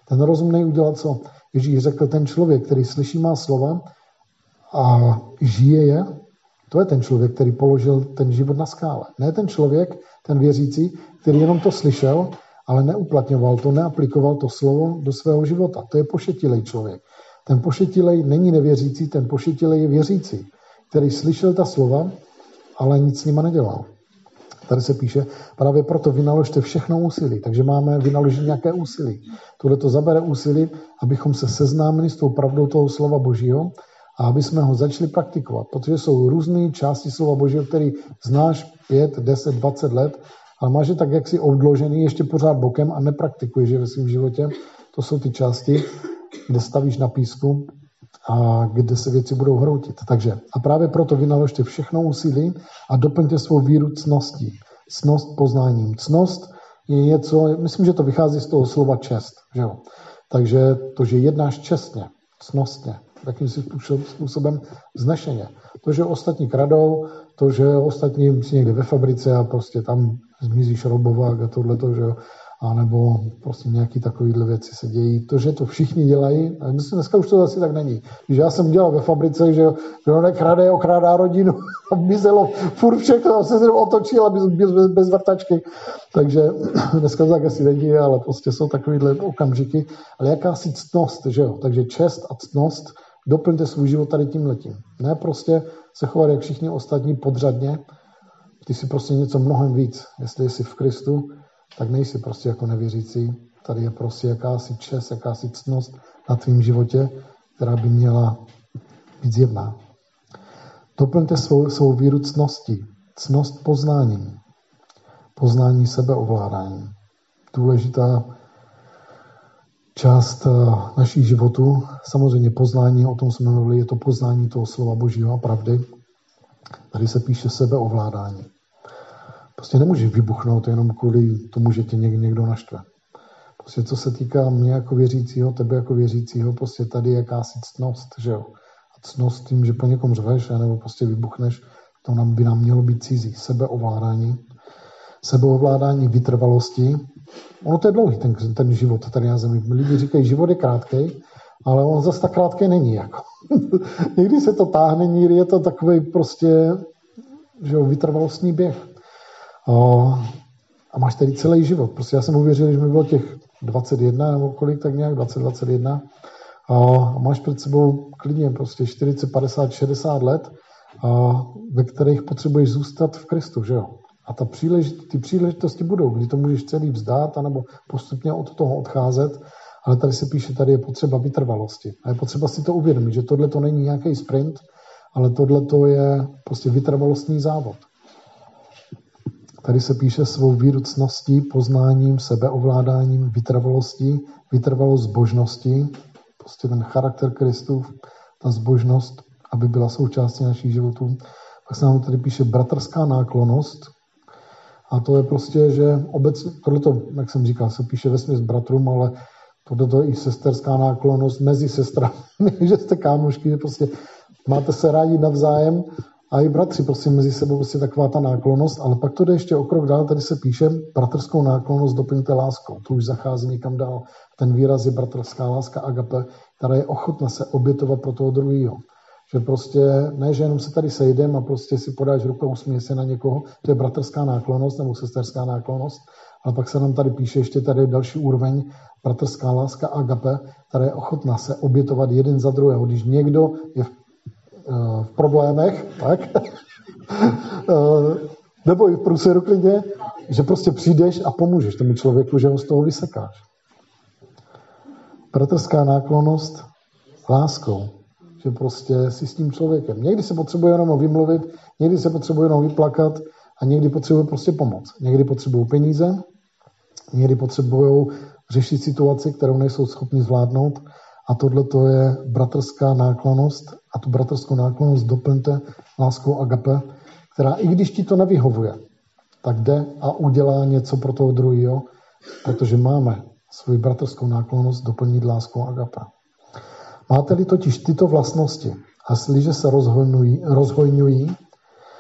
Ten rozumnej udělal co? Ježíš řekl, ten člověk, který slyší má slova a žije je, to je ten člověk, který položil ten život na skále. Ne ten člověk, ten věřící, který jenom to slyšel, ale neuplatňoval to, neaplikoval to slovo do svého života. To je pošetilej člověk. Ten pošetilej není nevěřící, ten pošetilej je věřící, který slyšel ta slova, ale nic s nima nedělal. Tady se píše, právě proto vynaložte všechno úsilí. Takže máme vynaložit nějaké úsilí. Tohle to zabere úsilí, abychom se seznámili s tou pravdou toho slova Božího a aby jsme ho začali praktikovat. Protože jsou různé části slova Božího, který znáš pět, deset, dvacet let, ale máš je tak jaksi odložený ještě pořád bokem a nepraktikuješ je ve svém životě. To jsou ty části, kde stavíš na písku a kde se věci budou hroutit. Takže a právě proto vynaložte všechno úsilí a doplňte svou víru cností. Cnost poznáním. Cnost je něco, myslím, že to vychází z toho slova čest. Že jo? Takže to, že jednáš čestně, cnostně, takým si způsobem vznešeně. To, že ostatní kradou, to, že ostatní si někde ve fabrice a prostě tam zmizí šroubovák a tohleto, že jo, a nebo prostě nějaký takovýhle věci se dějí. To, že to všichni dělají, a myslím, dneska už to asi tak není. Když já jsem dělal ve fabrice, že kdo nekrade, okrádá rodinu a mizelo furt všechno, a se jenom otočil, aby byl bez, bez vrtačky. Takže dneska to tak asi není, ale prostě jsou takovýhle okamžiky. Ale jakási ctnost, že jo. Takže čest a ctnost, doplňte svůj život tady tímhletím. Ne prostě se chovat jak všichni ostatní podřadně. Ty si prostě něco mnohem víc. Jestli jsi v Kristu, tak nejsi prostě jako nevěřící. Tady je prostě jakási čest, jakási ctnost na tvým životě, která by měla být zjevná. Doplňte svou, svou víru cností. Cnost poznáním. Poznání sebeovládání. Důležitá část našich životů. Samozřejmě poznání, o tom jsme mluvili, je to poznání toho slova Božího a pravdy. Tady se píše sebeovládání. Prostě nemůžeš vybuchnout jenom kvůli tomu, že tě někdo naštve. Prostě co se týká mě jako věřícího, tebe jako věřícího, prostě tady je jakási ctnost, že jo. A ctnost tím, že po někom řveš, nebo prostě vybuchneš, to nám by nám mělo být cizí. Sebeovládání. Sebeovládání vytrvalosti. Ono to je dlouhý, ten, ten život tady na zemi. Lidi říkají, život je krátkej, ale on zase tak krátkej není. Jako. Někdy se to táhne, někdy je to takový prostě, že jo, vytrvalostní běh. A máš tady celý život. Prostě já jsem uvěřil, že mi bylo těch dvacet jedna nebo kolik, tak nějak, dvacet, dvacet jedna. A máš před sebou klidně prostě čtyřicet, padesát, šedesát let, a ve kterých potřebuješ zůstat v Kristu, že jo? A ta příležit, ty příležitosti budou, kdy to můžeš celý vzdát, anebo postupně od toho odcházet, ale tady se píše, tady je potřeba vytrvalosti. A je potřeba si to uvědomit, že tohle to není nějaký sprint, ale tohle to je prostě vytrvalostní závod. Tady se píše svou víru cností, poznáním, sebeovládáním, vytrvalostí, vytrvalost zbožností, prostě ten charakter Kristův, ta zbožnost, aby byla součástí našich životů. Pak se nám tady píše bratrská náklonnost. A to je prostě, že obecně, tohleto, jak jsem říkal, se píše vesměs bratrům, ale tohleto je i sesterská náklonnost mezi sestrami, že jste kámošky, že prostě máte se rádi navzájem. A i bratři, prostě mezi sebou prostě taková ta náklonnost, ale pak to jde ještě o krok dál, tady se píše bratrskou náklonnost doplňte láskou. To už zachází někam dál. Ten výraz je bratrská láska agape, která je ochotna se obětovat pro toho druhého. Že prostě, ne, že jenom se tady sejdeme a prostě si podáš ruku a usměješ se na někoho, to je bratrská náklonnost nebo sesterská náklonnost, ale pak se nám tady píše ještě tady další úroveň, bratrská láska agape, která je ochotna se obětovat jeden za druhého. Když někdo je v v problémech, tak, nebo i v průseru klidně, že prostě přijdeš a pomůžeš tomu člověku, že ho z toho vysekáš. Bratrská náklonnost láskou, že prostě si s tím člověkem. Někdy se potřebuje jenom vymluvit, někdy se potřebuje jenom vyplakat a někdy potřebuje prostě pomoc. Někdy potřebují peníze, někdy potřebují řešit situaci, kterou nejsou schopni zvládnout. A tohle to je bratrská náklonnost a tu bratrskou náklonnost doplňte láskou agape, která i když ti to nevyhovuje, tak jde a udělá něco pro toho druhého, protože máme svou bratrskou náklonnost doplnit láskou agape. Máte-li totiž tyto vlastnosti a jestliže se rozhojňují, rozhojňují,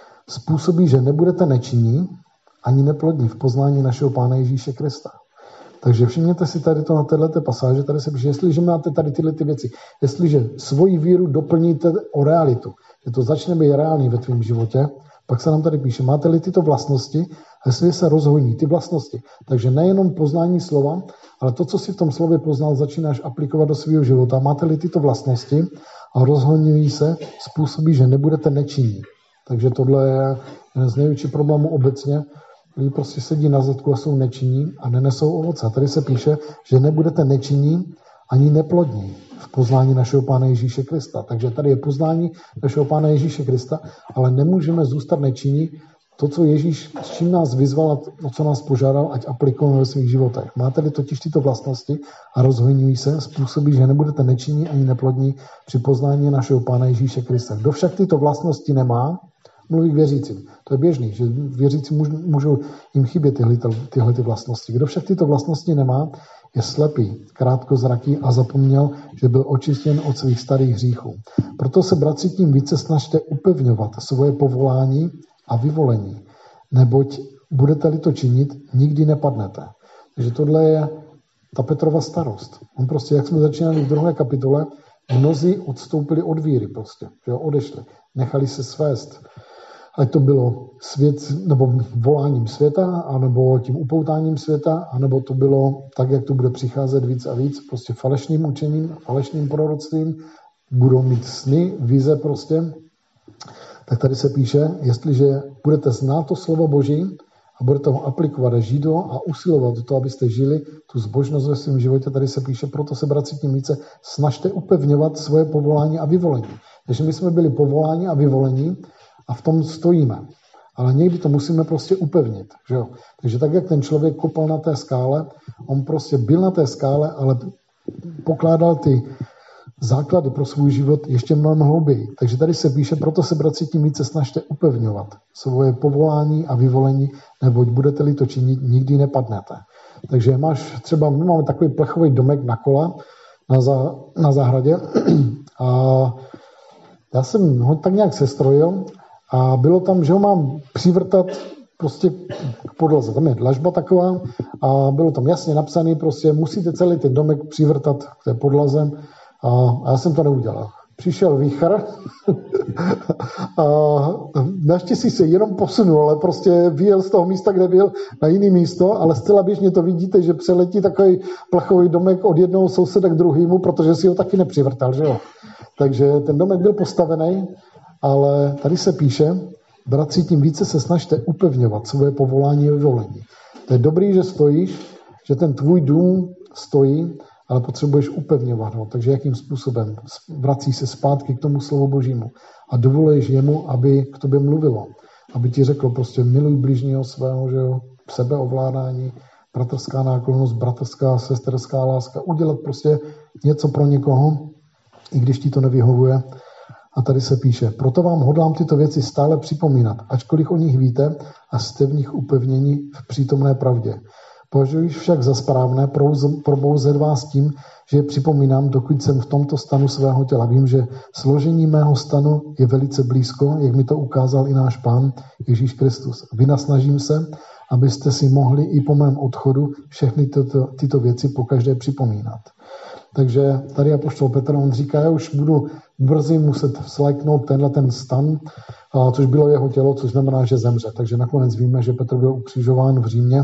způsobí, že nebudete nečinní ani neplodní v poznání našeho Pána Ježíše Krista. Takže všimněte si tady to na této pasáže, tady se píše, jestliže máte tady tyhle ty věci, jestliže svoji víru doplníte o realitu, že to začne být reálný ve tvém životě, pak se nám tady píše, máte-li tyto vlastnosti, jestli se rozhojní ty vlastnosti. Takže nejenom poznání slova, ale to, co si v tom slově poznal, začínáš aplikovat do svého života. Máte-li tyto vlastnosti a rozhojňují se, způsobí, že nebudete nečinní. Takže tohle je jeden z největších problémů obecně. Lidi prostě sedí na zadku a jsou nečinní a nenesou ovoce. A tady se píše, že nebudete nečinní ani neplodní v poznání našeho Pána Ježíše Krista. Takže tady je poznání našeho Pána Ježíše Krista, ale nemůžeme zůstat nečinní. To, co Ježíš, s čím nás vyzval a o co nás požádal, ať aplikujeme ve svých životech. Máte-li totiž tyto vlastnosti a rozhojňují se, způsobí, že nebudete nečinní ani neplodní při poznání našeho Pána Ježíše Krista. Kdo však tyto vlastnosti nemá, mluví k věřícím. To je běžný, že věřící můžou jim chybět tyhle, tyhle ty vlastnosti. Kdo však tyto vlastnosti nemá, je slepý, krátkozraký a zapomněl, že byl očištěn od svých starých hříchů. Proto se, bratři, tím více snažte upevňovat svoje povolání a vyvolení, neboť budete-li to činit, nikdy nepadnete. Takže tohle je ta Petrova starost. On prostě, jak jsme začínali v druhé kapitole, mnozí odstoupili od víry prostě, že jo, odešli, nechali se svést. Ať to bylo svět, nebo voláním světa, anebo tím upoutáním světa, anebo to bylo tak, jak to bude přicházet víc a víc, prostě falešným učením, falešným proroctvím, budou mít sny, vize prostě. Tak tady se píše, jestliže budete znát to slovo Boží a budete ho aplikovat a žít ho a usilovat do toho, abyste žili tu zbožnost ve svém životě, tady se píše, proto se, bratři, tím více snažte upevňovat svoje povolání a vyvolení. Takže my jsme byli povoláni a vyvolení a v tom stojíme. Ale někdy to musíme prostě upevnit. Že jo? Takže tak, jak ten člověk kopal na té skále, on prostě byl na té skále, ale pokládal ty základy pro svůj život ještě mnohem hlouběji. Takže tady se píše, proto se, bratři, tím více snažte upevňovat svoje povolání a vyvolení, neboť budete-li to činit, nikdy nepadnete. Takže máš třeba, my máme takový plechový domek na kola na, za, na zahradě a já jsem ho tak nějak sestrojil a bylo tam, že ho mám přivrtat prostě k podlaze. Tam je dlažba taková a bylo tam jasně napsané, prostě musíte celý ten domek přivrtat k té podlaze. A já jsem to neudělal. Přišel výchr a naštěstí se jenom posunul, ale prostě vyjel z toho místa, kde byl, na jiné místo, ale zcela běžně to vidíte, že přeletí takový plechový domek od jednoho souseda k druhému, protože si ho taky nepřivrtal, že jo. Takže ten domek byl postavený, ale tady se píše, bratři, tím více se snažte upevňovat svoje povolání a vyvolení. To je dobrý, že stojíš, že ten tvůj dům stojí, ale potřebuješ upevňovat ho. Takže jakým způsobem? Vrací se zpátky k tomu slovu Božímu a dovoluješ jemu, aby k tobě mluvilo. Aby ti řeklo prostě miluj bližního svého, že jo, sebeovládání, bratrská náklonnost, bratrská, sesterská láska, udělat prostě něco pro někoho, i když ti to nevyhovuje. A tady se píše, proto vám hodlám tyto věci stále připomínat, ačkoliv o nich víte a jste v nich upevněni v přítomné pravdě. Považuji však za správné probouzet vás tím, že je připomínám, dokud jsem v tomto stanu svého těla. Vím, že složení mého stanu je velice blízko, jak mi to ukázal i náš Pán Ježíš Kristus. Vynasnažím se, abyste si mohli i po mém odchodu všechny tyto, tyto věci pokaždé připomínat. Takže tady apoštol Petr, on říká, já už budu brzy muset vsléknout tenhle ten stan, což bylo jeho tělo, což znamená, že zemře. Takže nakonec víme, že Petr byl ukřižován v Římě.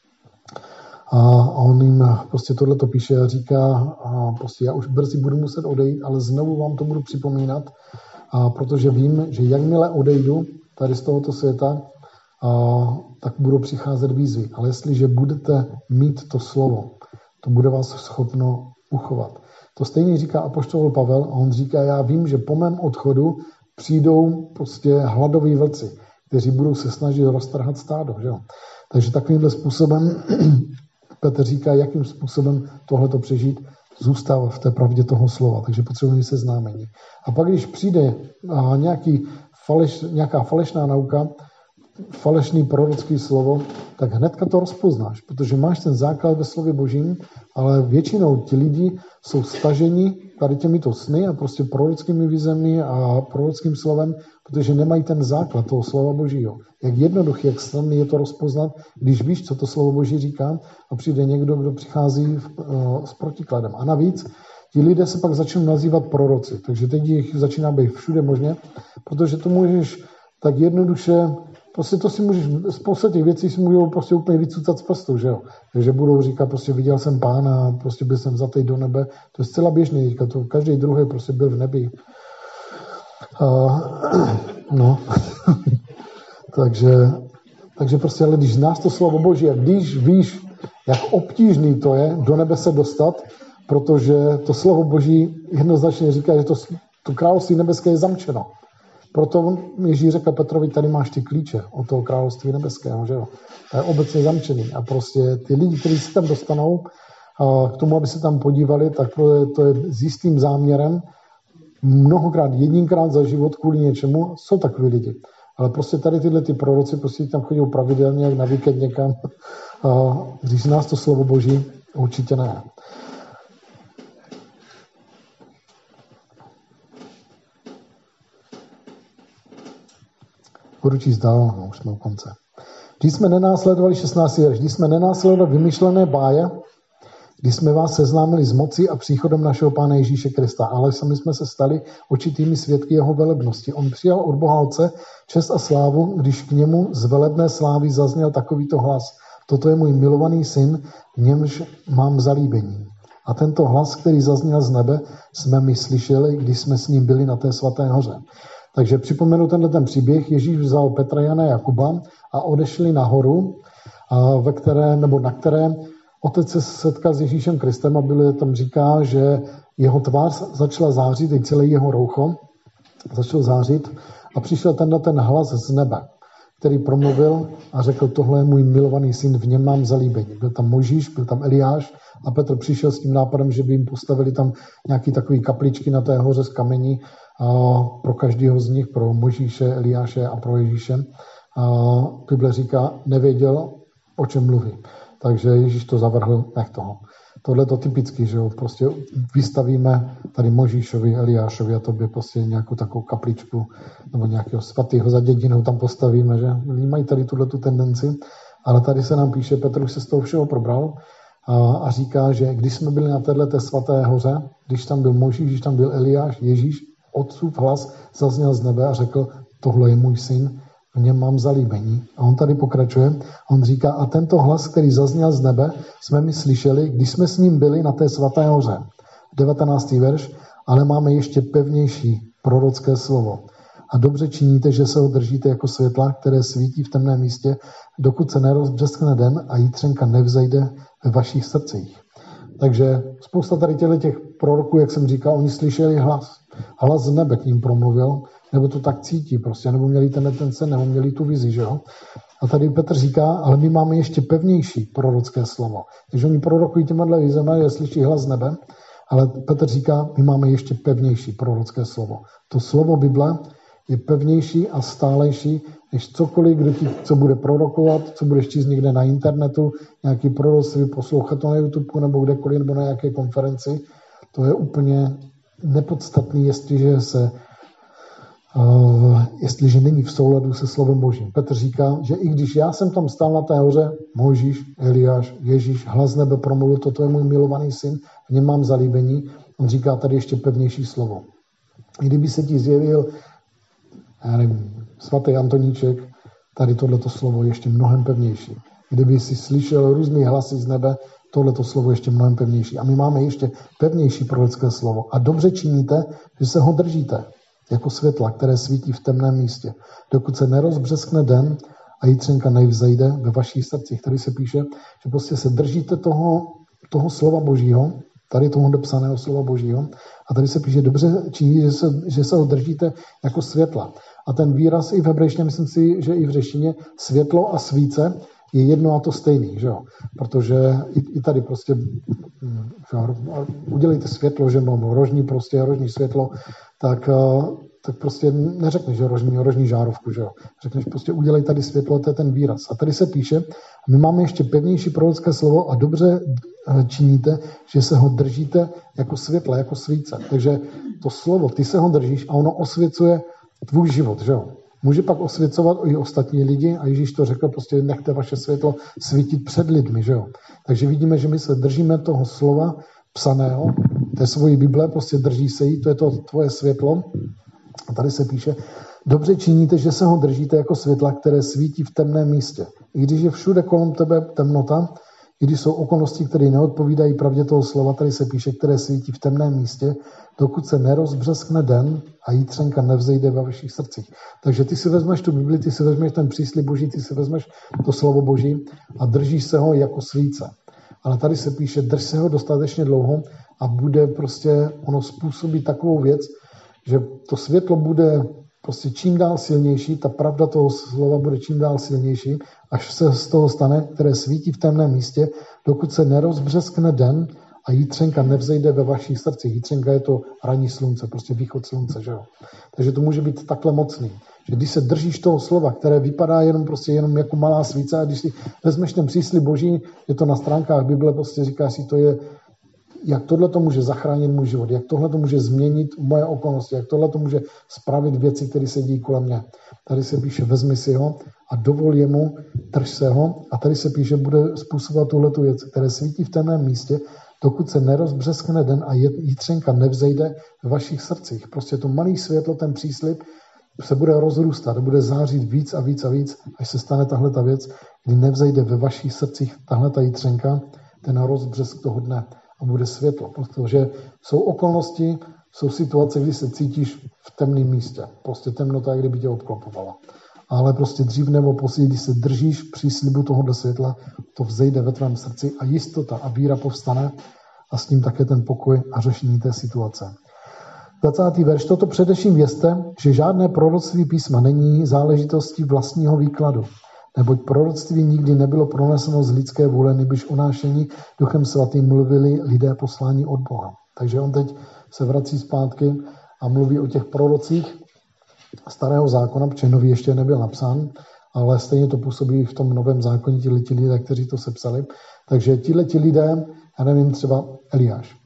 A on jim prostě tohleto píše a říká, a prostě já už brzy budu muset odejít, ale znovu vám to budu připomínat, a protože vím, že jakmile odejdu tady z tohoto světa, a tak budou přicházet výzvy. Ale jestliže budete mít to slovo, to bude vás schopno uchovat. To stejně říká apoštol Pavel a on říká, já vím, že po mém odchodu přijdou prostě hladoví vlci, kteří budou se snažit roztrhat stádo. Že jo? Takže takovýmhle způsobem Petr říká, jakým způsobem tohleto přežít, zůstává v té pravdě toho slova, takže potřebujeme seznámení. A pak, když přijde nějaký faleš, nějaká falešná nauka, falešný prorocký slovo, tak hnedka to rozpoznáš, protože máš ten základ ve slově Božím, ale většinou ti lidi jsou staženi tady těmito sny a prostě prorockými vizemi a prorockým slovem protože nemají ten základ toho slova Božího. Jak jednoduché, jak snadné je to rozpoznat, když víš, co to slovo Boží říká a přijde někdo, kdo přichází v, uh, s protikladem. A navíc ti lidé se pak začnou nazývat proroci, takže teď jich začíná být všude možně, protože to můžeš tak jednoduše, prostě to si můžeš, spousta těch věcí si můžou prostě úplně vycucat z prstu, že jo. Takže budou říkat, prostě viděl jsem Pána, prostě byl jsem vzatý do nebe, to je zcela běžný, říká to, každý druhý prostě byl v nebi. Uh, no, takže, takže prostě, ale když znáš to slovo Boží a když víš, jak obtížný to je do nebe se dostat, protože to slovo Boží jednoznačně říká, že to, to království nebeské je zamčeno. Proto Ježíš řekl Petrovi, tady máš ty klíče od toho království nebeského, že jo. To je obecně zamčený a prostě ty lidi, kteří se tam dostanou a k tomu, aby se tam podívali, tak to je s jistým záměrem, mnohokrát, jedinkrát za život kvůli něčemu, jsou takový lidi. Ale prostě tady tyhle ty proroci prostě tam chodí pravidelně, jak na víkend někam. A když nás to slovo Boží, určitě ne. Budu číst dál, no, už jsme u konce. Když jsme nenásledovali šestnáctý verš, když jsme nenásledovali vymyšlené báje, když jsme vás seznámili s mocí a příchodem našeho Pána Ježíše Krista, ale sami jsme se stali očitými svědky jeho velebnosti. On přijal od Boha Otce čest a slávu, když k němu z velebné slávy zazněl takovýto hlas. Toto je můj milovaný syn, v němž mám zalíbení. A tento hlas, který zazněl z nebe, jsme my slyšeli, když jsme s ním byli na té svaté hoře. Takže připomenu tenhle ten příběh. Ježíš vzal Petra, Jana a Jakuba a odešli nahoru, ve které, nebo na které Otec se setkal s Ježíšem Kristem a byl, tam říká, že jeho tvář začala zářit, i celé jeho roucho začalo zářit a přišel tenhle ten hlas z nebe, který promluvil a řekl, tohle je můj milovaný syn, v něm mám zalíbení. Byl tam Mojžíš, byl tam Eliáš a Petr přišel s tím nápadem, že by jim postavili tam nějaký takový kapličky na té hoře z kamení a pro každého z nich, pro Mojžíše, Eliáše a pro Ježíše. A Bible říká, nevěděl, o čem mluví. Takže Ježíš to zavrhl, nech toho. Tohle je to typicky, že jo, prostě vystavíme tady Mojžíšovi, Eliášovi a tobě prostě nějakou takovou kapličku nebo nějakého svatého za dědinou tam postavíme, že? Oni mají tady tuhletu tendenci, ale tady se nám píše, Petr už se z toho všeho probral a, a říká, že když jsme byli na této svaté hoře, když tam byl Mojžíš, když tam byl Eliáš, Ježíš, Otcův hlas zazněl z nebe a řekl, tohle je můj syn, v něm mám zalíbení. A on tady pokračuje. On říká, a tento hlas, který zazněl z nebe, jsme my slyšeli, když jsme s ním byli na té svaté hoře. devatenáctý verš, ale máme ještě pevnější prorocké slovo. A dobře činíte, že se ho držíte jako světla, které svítí v temném místě, dokud se nerozbřeskne den a jítřenka nevzejde ve vašich srdcích. Takže spousta tady těch proroků, jak jsem říkal, oni slyšeli hlas. Hlas z nebe k ním promluvil, nebo to tak cítí prostě, nebo měli ten ten sen, nebo měli tu vizi, že jo. A tady Petr říká, ale my máme ještě pevnější prorocké slovo. Takže oni prorokují těmahle vizema, že slyší hlas z nebe, ale Petr říká, my máme ještě pevnější prorocké slovo. To slovo Bible je pevnější a stálejší, než cokoliv, kdo ti co bude prorokovat, co budeš číst někde na internetu, nějaký proroctví, poslouchat to na YouTube nebo kdekoliv, nebo na nějaké konferenci. To je úplně nepodstatný, jestliže se Uh, jestliže není v souladu se slovem Božím. Petr říká, že i když já jsem tam stál na té hoře, Mojžíš, Eliáš, Ježíš, hlas nebe promluvil, toto je můj milovaný syn, v něm mám zalíbení. On říká tady ještě pevnější slovo. I kdyby se ti zjevil, já nevím, svatý Antoníček, tady tohleto slovo je ještě mnohem pevnější. Kdyby si slyšel různý hlasy z nebe, tohleto slovo je ještě mnohem pevnější. A my máme ještě pevnější prorocké slovo. A dobře činíte, že se ho držíte jako světla, které svítí v temném místě, dokud se nerozbřeskne den a jítřenka nevzejde ve vašich srdcích. Tady se píše, že prostě se držíte toho, toho slova Božího, tady toho dopsaného slova Božího, a tady se píše, dobře činí, že se, že se ho držíte jako světla. A ten výraz i v hebrejštině, myslím si, že i v řeštině, světlo a svíce je jedno a to stejný, že jo? Protože i, i tady prostě že, udělejte světlo, že mám rožní prostě, rožní světlo, tak, tak prostě neřekneš, že rožní, rožní žárovku, že jo? Řekneš prostě udělej tady světlo, to je ten výraz. A tady se píše, my máme ještě pevnější prorocké slovo a dobře činíte, že se ho držíte jako světla, jako svíce. Takže to slovo, ty se ho držíš a ono osvěcuje tvůj život, že jo. Může pak osvěcovat i ostatní lidi a Ježíš to řekl, prostě nechte vaše světlo svítit před lidmi, že jo. Takže vidíme, že my se držíme toho slova psaného, té svojí Bible, prostě drží se jí, to je to tvoje světlo. A tady se píše, dobře činíte, že se ho držíte jako světla, které svítí v temném místě. I když je všude kolem tebe temnota, i když jsou okolnosti, které neodpovídají pravdě toho slova, tady se píše, které svítí v temném místě, dokud se nerozbřeskne den a jítřenka nevzejde ve vašich srdcích. Takže ty si vezmeš tu Bibli, ty si vezmeš ten příslib Boží, ty si vezmeš to slovo Boží a držíš se ho jako svíce. Ale tady se píše, drž se ho dostatečně dlouho a bude prostě, ono způsobí takovou věc, že to světlo bude prostě čím dál silnější, ta pravda toho slova bude čím dál silnější, až se z toho stane, které svítí v temném místě, dokud se nerozbřeskne den a jítřenka nevzejde ve vašich srdcích. Jítřenka je to ranní slunce, prostě východ slunce, že jo. Takže to může být takhle mocný, že když se držíš toho slova, které vypadá jenom prostě jenom jako malá svíce, a když si vezmeš ten příslib Boží, je to na stránkách Bible, prostě říkáš si, to je, jak tohle to může zachránit můj život, jak tohle to může změnit moje okolnosti, jak tohle to může spravit věci, které se dějí kolem mě. Tady se píše, vezmi si ho a dovol jemu, drž se ho. A tady se píše, bude způsobovat tuhletu věc, které svítí v temném místě, dokud se nerozbřeskne den a jítřenka nevzejde ve vašich srdcích. Prostě to malý světlo, ten příslib se bude rozrůstat, bude zářit víc a víc a víc, až se stane tahle ta věc, kdy nevzejde ve vašich srdcích tahle ta jítřenka, ten rozbřesk toho dne. A bude světlo, protože jsou okolnosti, jsou situace, kdy se cítíš v temném místě. Prostě temnota, jak kdyby tě obklopovala. Ale prostě dřív nebo později, když se držíš příslibu tohohle světla, to vzejde ve tvém srdci a jistota a víra povstane a s ním také ten pokoj a řešení té situace. dvacátý verš. Toto především vězte, že žádné proroctví písma není záležitostí vlastního výkladu. Neboť proroctví nikdy nebylo proneseno z lidské vůle, nebož unášení Duchem Svatým mluvili lidé poslání od Boha. Takže on teď se vrací zpátky a mluví o těch prorocích starého zákona, protože nový ještě nebyl napsán, ale stejně to působí v tom novém zákoně ti lidé, kteří to sepsali. Takže tihleti lidé, já nevím, třeba Eliáš,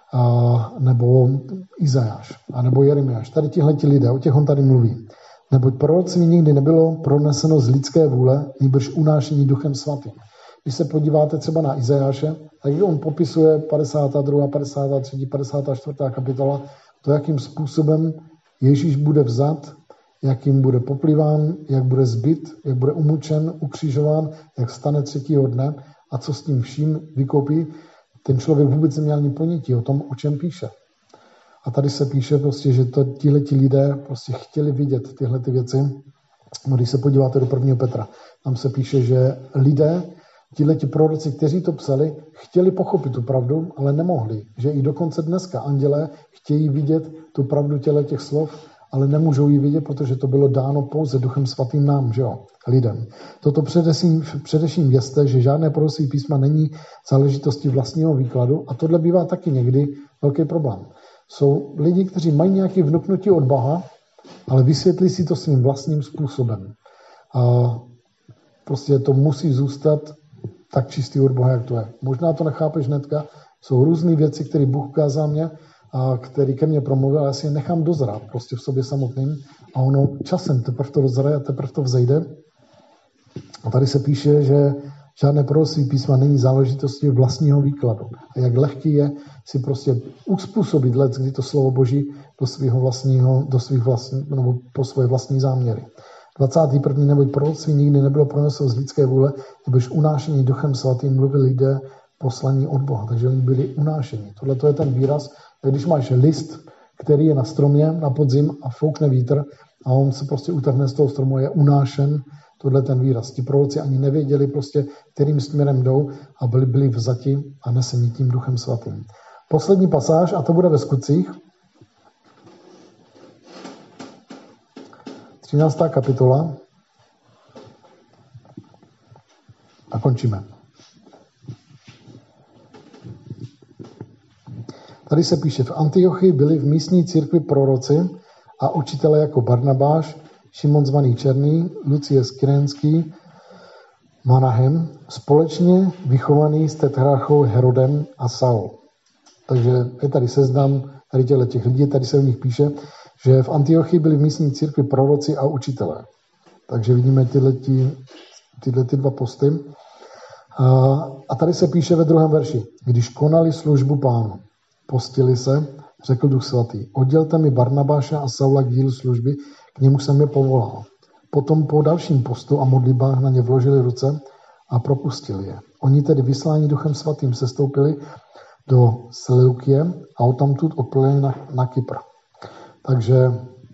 a, nebo Izajáš, a nebo Jeremiáš, tady tihleti lidé, o těch on tady mluví. Neboť proroctví nikdy nebylo proneseno z lidské vůle, nýbrž unášení Duchem Svatým. Když se podíváte třeba na Izajáše, tak on popisuje padesátá druhá, padesátá třetí, padesátá čtvrtá kapitola, to, jakým způsobem Ježíš bude vzat, jakým bude popliván, jak bude zbyt, jak bude umučen, ukřižován, jak stane třetího dne a co s tím vším vykoupí. Ten člověk vůbec neměl ani ponětí o tom, o čem píše. A tady se píše prostě, že to tihleti lidé prostě chtěli vidět tyhle ty věci. No, když se podíváte do prvního Petra, tam se píše, že lidé, tihleti proroci, kteří to psali, chtěli pochopit tu pravdu, ale nemohli. Že i dokonce dneska andělé chtějí vidět tu pravdu těle těch slov, ale nemůžou ji vidět, protože to bylo dáno pouze Duchem Svatým nám, že jo, lidem. Toto především, především vězte, že žádné proroctví písma není záležitostí vlastního výkladu a tohle bývá taky někdy velký problém. Jsou lidi, kteří mají nějaké vnuknutí od Boha, ale vysvětlí si to svým vlastním způsobem. A prostě to musí zůstat tak čistý od Boha, jak to je. Možná to nechápeš hnedka. Jsou různé věci, které Bůh ukázal mě a které ke mně promluvil, ale já si je nechám dozrát prostě v sobě samotným a ono časem teprve to dozraje a teprve to vzejde. A tady se píše, že žádné proroctví písma není záležitostí vlastního výkladu. A jak lehký je si prostě uspůsobit let, kdy to slovo Boží do svého vlastního, do svých vlastní, nebo pro svoje vlastní záměry. dvacátý první Neboť proroctví nikdy nebylo proneseno z lidské vůle, nebož unášení Duchem Svatým mluvili lidé poslaní od Boha. Takže oni byli unášeni. Tohle to je ten výraz, když máš list, který je na stromě na podzim a foukne vítr a on se prostě utrhne z toho stromu, je unášen. Tohle ten výraz. Ti proroci ani nevěděli prostě, kterým směrem jdou a byli, byli vzati a neseni tím Duchem Svatým. Poslední pasáž, a to bude ve Skutcích. třináctá kapitola. A končíme. Tady se píše, v Antiochii byli v místní církvi proroci a učitelé jako Barnabáš, Šimon zvaný Černý, Lucius Kyrenský, Manahem, společně vychovaný s tetrarchou Herodem a Saul. Takže je tady seznam tady těch lidí, tady se o nich píše, že v Antiochii byli v místní církvi proroci a učitelé. Takže vidíme tyhle, tyhle ty dva posty. A tady se píše ve druhém verši. Když konali službu Pánu, postili se, řekl Duch Svatý, oddělte mi Barnabáša a Saula k dílu služby, k němu jsem je povolal. Potom po dalším postu a modlitbách na ně vložili ruce a propustili je. Oni tedy vyslání Duchem Svatým sestoupili do Seleukie a odtamtud odpluli na, na Kypr. Takže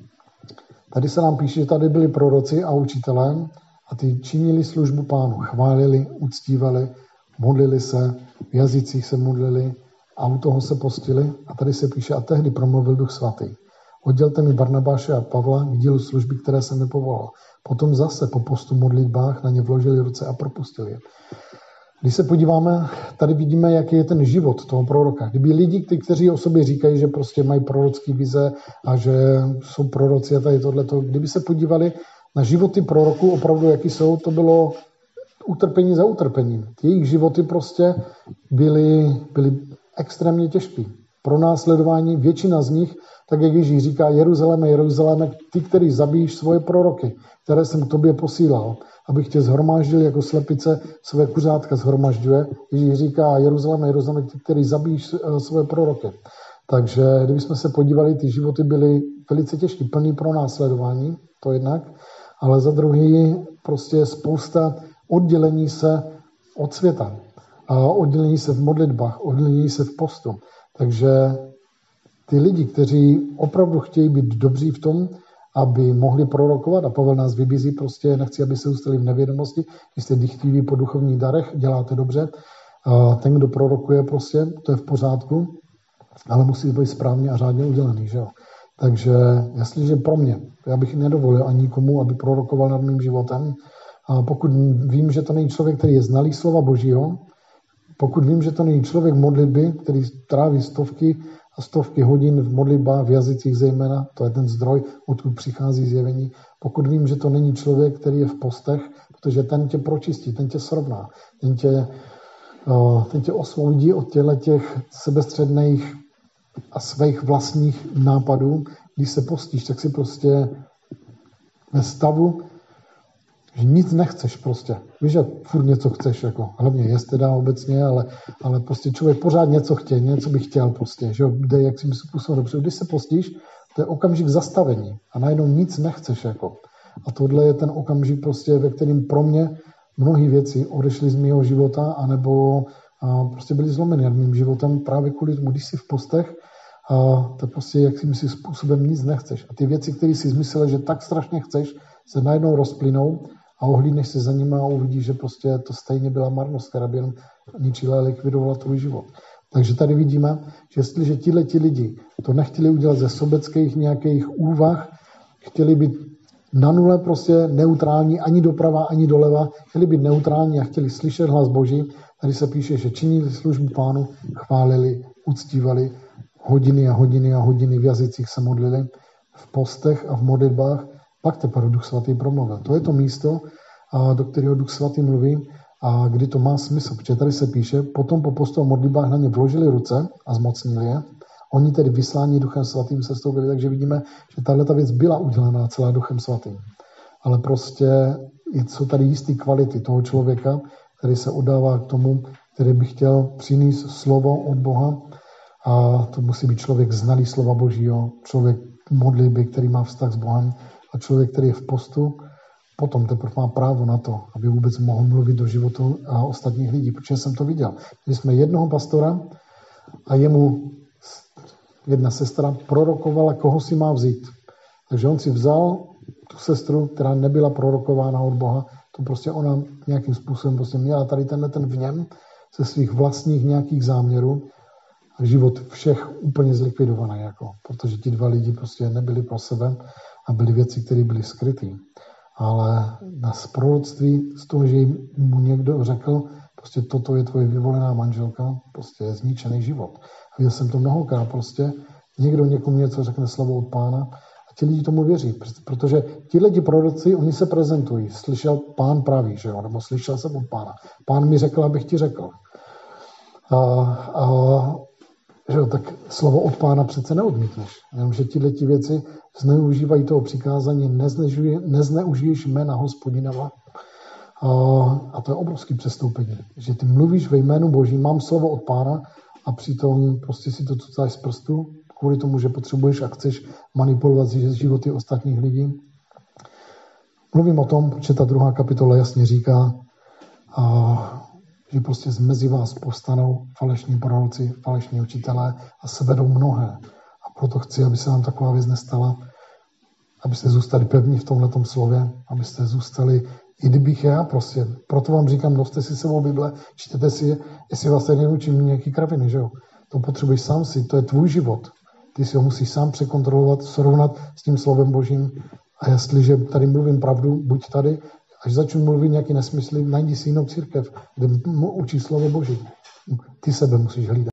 tady se nám píše, že tady byli proroci a učitelé a ty činili službu Pánu, chválili, uctívali, modlili se, v jazycích se modlili a u toho se postili. A tady se píše, a tehdy promluvil Duch Svatý. Oddělte mi Barnabáše a Pavla k dílu služby, které jsem mi povolal. Potom zase po postu modlitbách na ně vložili ruce a propustili je. Když se podíváme, tady vidíme, jaký je ten život toho proroka. Kdyby lidi, kteří o sobě říkají, že prostě mají prorocké vize a že jsou proroci a tady tohleto, kdyby se podívali na životy proroků, opravdu jaký jsou, to bylo utrpení za utrpením. Jejich životy prostě byly, byly extrémně těžké. Pro následování většina z nich, tak jak Ježíš říká, Jeruzaléme, Jeruzaléme, ty, který zabíjíš svoje proroky, které jsem k tobě posílal, abych tě zhromáždil jako slepice své kuřátka zhromažďuje. Ježíš říká, Jeruzaléme, Jeruzaléme, ty, který zabíjíš svoje proroky. Takže kdybychom se podívali, ty životy byly velice těžké, plný pro následování, to jednak, ale za druhý prostě spousta oddělení se od světa, a oddělení se v modlitbách, oddělení se v postu. Takže ty lidi, kteří opravdu chtějí být dobří v tom, aby mohli prorokovat, a Pavel nás vybízí, prostě nechci, aby se zůstali v nevědomosti, když jste dychtiví po duchovních darech, děláte dobře, a ten, kdo prorokuje, prostě, to je v pořádku, ale musí být správně a řádně udělený, že jo. Takže jestliže pro mě, já bych nedovolil ani nikomu, aby prorokoval nad mým životem, a pokud vím, že to není člověk, který je znalý slova Božího, pokud vím, že to není člověk modlitby, který tráví stovky a stovky hodin v modlitbách, v jazycích zejména, to je ten zdroj, odkud přichází zjevení. Pokud vím, že to není člověk, který je v postech, protože ten tě pročistí, ten tě srovná, ten tě, ten tě osvobodí od těch sebestředných a svých vlastních nápadů. Když se postíš, tak si prostě ve stavu, že nic nechceš prostě. Víš, že furt něco chceš, jako, hlavně jest teda obecně, ale, ale prostě člověk pořád něco chtěl, něco by chtěl prostě, že jde jak si myslí působit dobře. Když se postíš, to je okamžik zastavení a najednou nic nechceš, jako. A tohle je ten okamžik prostě, ve kterým pro mě mnohé věci odešly z mého života, anebo a prostě byly zlomeny nad mým životem právě kvůli tomu, když jsi v postech, a to prostě, jak si myslíš, způsobem nic nechceš. A ty věci, které jsi myslel, že tak strašně chceš, se najednou rozplynou a ohlídneš se za nimi a uvidíš, že prostě to stejně byla marnost, která by jenom ničila a likvidovala tvůj život. Takže tady vidíme, že jestliže tihle ti lidi to nechtěli udělat ze sobeckých nějakých úvah, chtěli být na nule prostě neutrální, ani doprava, ani doleva, chtěli být neutrální a chtěli slyšet hlas Boží. Tady se píše, že činili službu Pánu, chválili, uctívali, hodiny a hodiny a hodiny v jazycích se modlili, v postech a v modlitbách, pak teprve Duch Svatý promluvil. To je to místo, do kterého Duch Svatý mluví a kdy to má smysl. Protože tady se píše, potom po postu a modlitbách na ně vložili ruce a zmocnili je. Oni tedy vyslání Duchem Svatým sestoupili, takže vidíme, že tato věc byla udělaná celá Duchem Svatým. Ale prostě jsou tady jisté kvality toho člověka, který se oddává k tomu, který by chtěl přinést slovo od Boha. A to musí být člověk znalý slova Božího, člověk modlitby, který má vztah s Bohem a člověk, který je v postu, potom teprve má právo na to, aby vůbec mohl mluvit do životu a ostatních lidí, protože jsem to viděl. Když jsme jednoho pastora a jemu jedna sestra prorokovala, koho si má vzít. Takže on si vzal tu sestru, která nebyla prorokována od Boha, to prostě ona nějakým způsobem prostě měla tady tenhle ten v něm ze svých vlastních nějakých záměrů a život všech úplně zlikvidovaný, jako, protože ti dva lidi prostě nebyli pro sebe a byly věci, které byly skrytý. Ale na proroctví z toho, že mu někdo řekl, prostě toto je tvoje vyvolená manželka, prostě je zničený život. A viděl jsem to mnohokrát, prostě někdo někomu něco řekne slovo od Pána a ti lidi tomu věří, protože ti lidi proroci, oni se prezentují. Slyšel Pán praví, že jo, nebo slyšel jsem od Pána. Pán mi řekl, abych ti řekl. A, a že jo, tak slovo od Pána přece neodmítneš. Jenomže tyhle ti věci zneužívají toho přikázání, nezneužiješ jména Hospodinova. A to je obrovský přestoupení. Že ty mluvíš ve jménu Boží, mám slovo od Pána a přitom prostě si to cucáš z prstu, kvůli tomu, že potřebuješ a chceš manipulovat životy ostatních lidí. Mluvím o tom, protože ta druhá kapitola jasně říká, a, že prostě mezi vás povstanou falešní proroci, falešní učitelé a svedou mnohé. A proto chci, aby se vám taková věc nestala, abyste zůstali pevní v tomhletom slově, abyste zůstali, i kdybych já prostě. Proto vám říkám, noste si sebou Bible, čtěte si je, jestli vás tady neučím nějaký kraviny, že jo. To potřebuješ sám si, to je tvůj život. Ty si ho musíš sám překontrolovat, srovnat s tím slovem Božím. A jestliže tady mluvím pravdu, buď tady, až začnu mluvit nějaký nesmysly, najdi si jinou církev, kde učí slovo Boží. Ty sebe musíš hlídat.